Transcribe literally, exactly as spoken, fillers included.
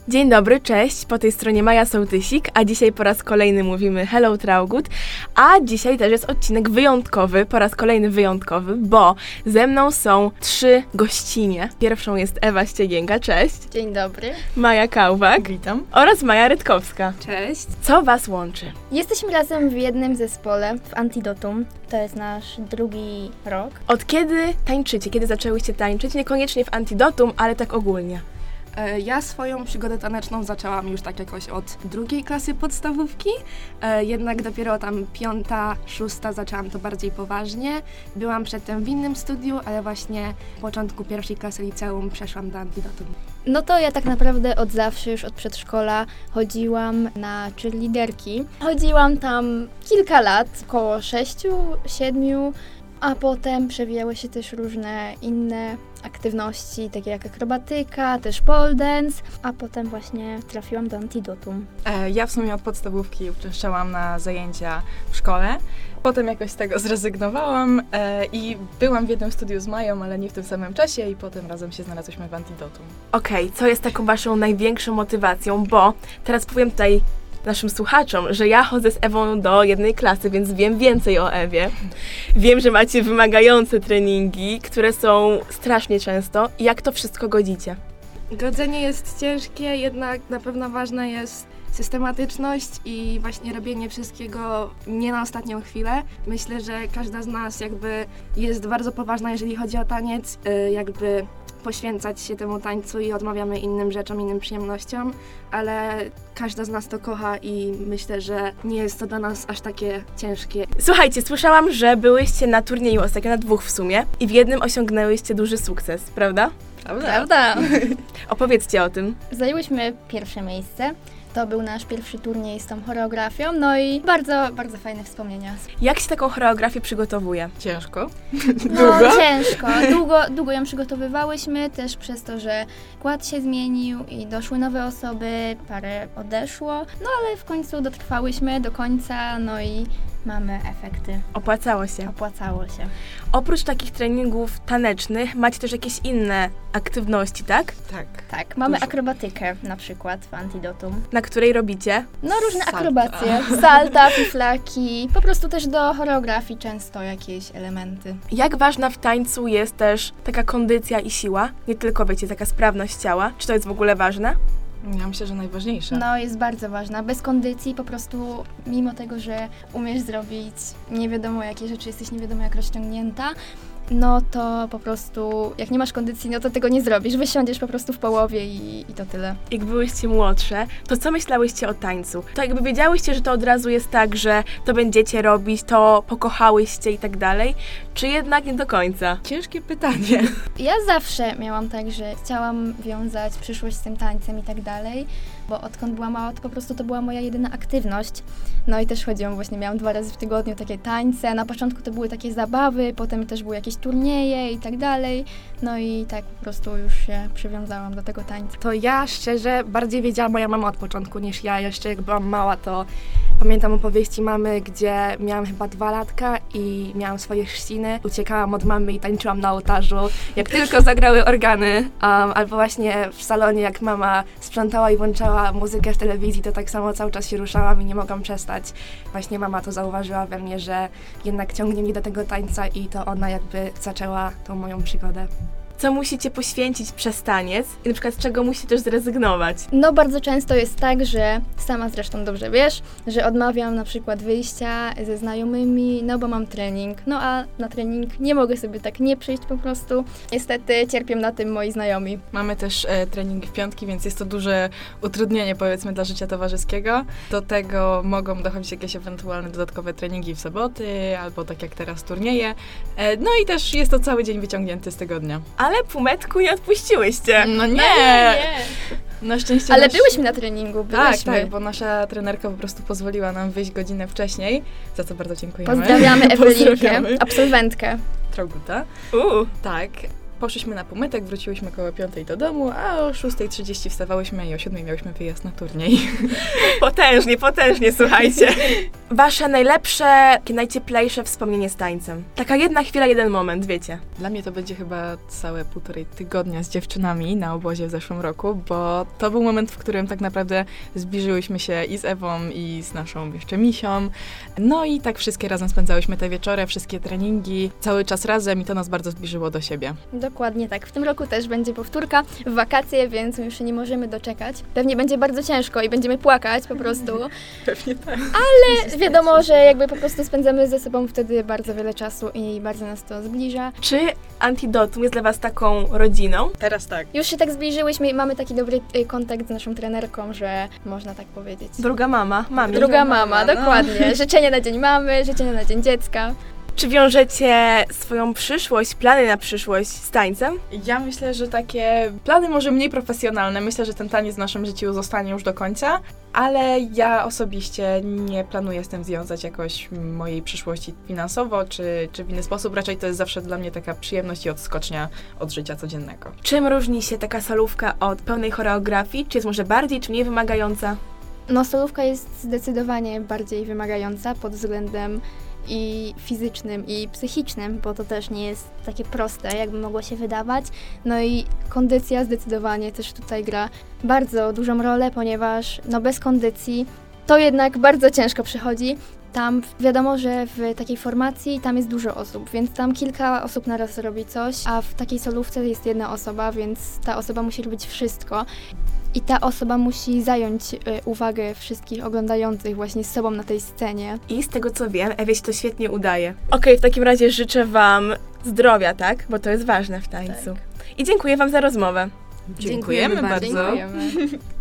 Dzień dobry, cześć, po tej stronie Maja Sołtysik, a dzisiaj po raz kolejny mówimy Hello Traugut, a dzisiaj też jest odcinek wyjątkowy, po raz kolejny wyjątkowy, bo ze mną są trzy gościnie. Pierwszą jest Ewa Ściegienka, cześć. Dzień dobry. Maja Kałbak. Witam. Oraz Maja Rytkowska. Cześć. Co was łączy? Jesteśmy razem w jednym zespole, w Antidotum. To jest nasz drugi rok. Od kiedy tańczycie? Kiedy zaczęłyście tańczyć? Niekoniecznie w Antidotum, ale tak ogólnie. Ja swoją przygodę taneczną zaczęłam już tak jakoś od drugiej klasy podstawówki, jednak dopiero tam piąta, szósta zaczęłam to bardziej poważnie. Byłam przedtem w innym studiu, ale właśnie w początku pierwszej klasy liceum przeszłam do Antidotum. No to ja tak naprawdę od zawsze, już od przedszkola chodziłam na cheerleaderki. Chodziłam tam kilka lat, około sześciu, siedmiu, a potem przewijały się też różne inne aktywności, takie jak akrobatyka, też pole dance, a potem właśnie trafiłam do Antidotum. E, ja w sumie od podstawówki uczęszczałam na zajęcia w szkole. Potem jakoś z tego zrezygnowałam e, i byłam w jednym studiu z Mają, ale nie w tym samym czasie i potem razem się znalazłyśmy w Antidotum. Okej, co jest taką waszą największą motywacją, bo teraz powiem tutaj naszym słuchaczom, że ja chodzę z Ewą do jednej klasy, więc wiem więcej o Ewie. Wiem, że macie wymagające treningi, które są strasznie często. Jak to wszystko godzicie? Godzenie jest ciężkie, jednak na pewno ważna jest systematyczność i właśnie robienie wszystkiego nie na ostatnią chwilę. Myślę, że każda z nas jakby jest bardzo poważna, jeżeli chodzi o taniec, jakby poświęcać się temu tańcu i odmawiamy innym rzeczom, innym przyjemnościom, ale każda z nas to kocha i myślę, że nie jest to dla nas aż takie ciężkie. Słuchajcie, słyszałam, że byłyście na turnieju ostatnio, na dwóch w sumie, i w jednym osiągnęłyście duży sukces, prawda? Prawda? Prawda? Opowiedzcie o tym. Zajęłyśmy pierwsze miejsce. To był nasz pierwszy turniej z tą choreografią, no i bardzo, bardzo fajne wspomnienia. Jak się taką choreografię przygotowuje? Ciężko. No Długo? ciężko, długo, długo ją przygotowywałyśmy, też przez to, że skład się zmienił i doszły nowe osoby, parę odeszło, no ale w końcu dotrwałyśmy do końca, no i mamy efekty. Opłacało się. Opłacało się. Oprócz takich treningów tanecznych macie też jakieś inne aktywności, tak? Tak. Tak, mamy Dużo. akrobatykę na przykład w Antidotum. Na której robicie? No różne Salta. akrobacje, salta, fiflaki, po prostu też do choreografii często jakieś elementy. Jak ważna w tańcu jest też taka kondycja i siła? Nie tylko, wiecie, taka sprawność ciała. Czy to jest w ogóle ważne? Ja myślę, że najważniejsze. No, jest bardzo ważna. Bez kondycji po prostu, mimo tego, że umiesz zrobić nie wiadomo jakie rzeczy, jesteś nie wiadomo jak rozciągnięta, no to po prostu, jak nie masz kondycji, no to tego nie zrobisz. Wysiądziesz po prostu w połowie i, i to tyle. Jak byłyście młodsze, to co myślałyście o tańcu? To jakby wiedziałyście, że to od razu jest tak, że to będziecie robić, to pokochałyście i tak dalej, czy jednak nie do końca? Ciężkie pytanie. Ja zawsze miałam tak, że chciałam wiązać przyszłość z tym tańcem i tak dalej, bo odkąd byłam mała, to po prostu to była moja jedyna aktywność. No i też chodziłam właśnie, miałam dwa razy w tygodniu takie tańce. Na początku to były takie zabawy, potem też były jakieś turnieje i tak dalej. No i tak po prostu już się przywiązałam do tego tańca. To ja szczerze bardziej wiedziała moja mama od początku niż ja. Jeszcze jak byłam mała, to pamiętam opowieści mamy, gdzie miałam chyba dwa latka i miałam swoje chrzciny. Uciekałam od mamy i tańczyłam na ołtarzu. Jak tylko zagrały organy, um, albo właśnie w salonie, jak mama sprzątała i włączała muzykę w telewizji, to tak samo cały czas się ruszałam i nie mogłam przestać. Właśnie mama to zauważyła we mnie, że jednak ciągnie mnie do tego tańca i to ona jakby zaczęła tą moją przygodę. Co musicie poświęcić przez taniec i na przykład z czego musicie też zrezygnować? No bardzo często jest tak, że sama zresztą dobrze wiesz, że odmawiam na przykład wyjścia ze znajomymi, no bo mam trening. No a na trening nie mogę sobie tak nie przyjść po prostu. Niestety cierpią na tym moi znajomi. Mamy też e, treningi w piątki, więc jest to duże utrudnienie, powiedzmy, dla życia towarzyskiego. Do tego mogą dochodzić jakieś ewentualne dodatkowe treningi w soboty, albo tak jak teraz turnieje. E, no i też jest to cały dzień wyciągnięty z tygodnia. Ale półmetku nie odpuściłyście. No nie! Na szczęście Ale nasz... byłyśmy na treningu, Tak, byłyśmy. tak, bo nasza trenerka po prostu pozwoliła nam wyjść godzinę wcześniej, za co bardzo dziękujemy. Pozdrawiamy Ewelinkę, Pozdrawiamy. absolwentkę. Trauguta. Uuu. Tak. poszliśmy na pomytek, wróciłyśmy koło piątej do domu, a o szóstej trzydzieści wstawałyśmy i o siódmej miałyśmy wyjazd na turniej. Potężnie, potężnie, słuchajcie. Wasze najlepsze, takie najcieplejsze wspomnienie z tańcem. Taka jedna chwila, jeden moment, wiecie. Dla mnie to będzie chyba całe półtorej tygodnia z dziewczynami na obozie w zeszłym roku, bo to był moment, w którym tak naprawdę zbliżyłyśmy się i z Ewą, i z naszą jeszcze Misią. No i tak wszystkie razem spędzałyśmy te wieczory, wszystkie treningi, cały czas razem i to nas bardzo zbliżyło do siebie. Dokładnie tak. W tym roku też będzie powtórka w wakacje, więc już się nie możemy doczekać. Pewnie będzie bardzo ciężko i będziemy płakać po prostu. Pewnie tak. Wiadomo, że jakby po prostu spędzamy ze sobą wtedy bardzo wiele czasu i bardzo nas to zbliża. Czy Antidotum jest dla was taką rodziną? Teraz tak. Już się tak zbliżyłyśmy i mamy taki dobry y, kontakt z naszą trenerką, że można tak powiedzieć. Druga mama, mami. Druga mama, mama, no. dokładnie. Życzenia na dzień mamy, życzenia na dzień dziecka. Czy wiążecie swoją przyszłość, plany na przyszłość z tańcem? Ja myślę, że takie plany może mniej profesjonalne. Myślę, że ten taniec w naszym życiu zostanie już do końca, ale ja osobiście nie planuję z tym związać jakoś mojej przyszłości finansowo, czy, czy w inny sposób. Raczej to jest zawsze dla mnie taka przyjemność i odskocznia od życia codziennego. Czym różni się taka salówka od pełnej choreografii? Czy jest może bardziej, czy mniej wymagająca? No, solówka jest zdecydowanie bardziej wymagająca pod względem i fizycznym, i psychicznym, bo to też nie jest takie proste, jakby mogło się wydawać. No i kondycja zdecydowanie też tutaj gra bardzo dużą rolę, ponieważ no bez kondycji to jednak bardzo ciężko przychodzi. Tam wiadomo, że w takiej formacji tam jest dużo osób, więc tam kilka osób naraz robi coś, a w takiej solówce jest jedna osoba, więc ta osoba musi robić wszystko. I ta osoba musi zająć y, uwagę wszystkich oglądających właśnie z sobą na tej scenie. I z tego co wiem, Ewie się to świetnie udaje. Okej, w takim razie życzę wam zdrowia, tak? Bo to jest ważne w tańcu. I dziękuję wam za rozmowę. Dziękujemy, Dziękujemy bardzo. Dziękujemy.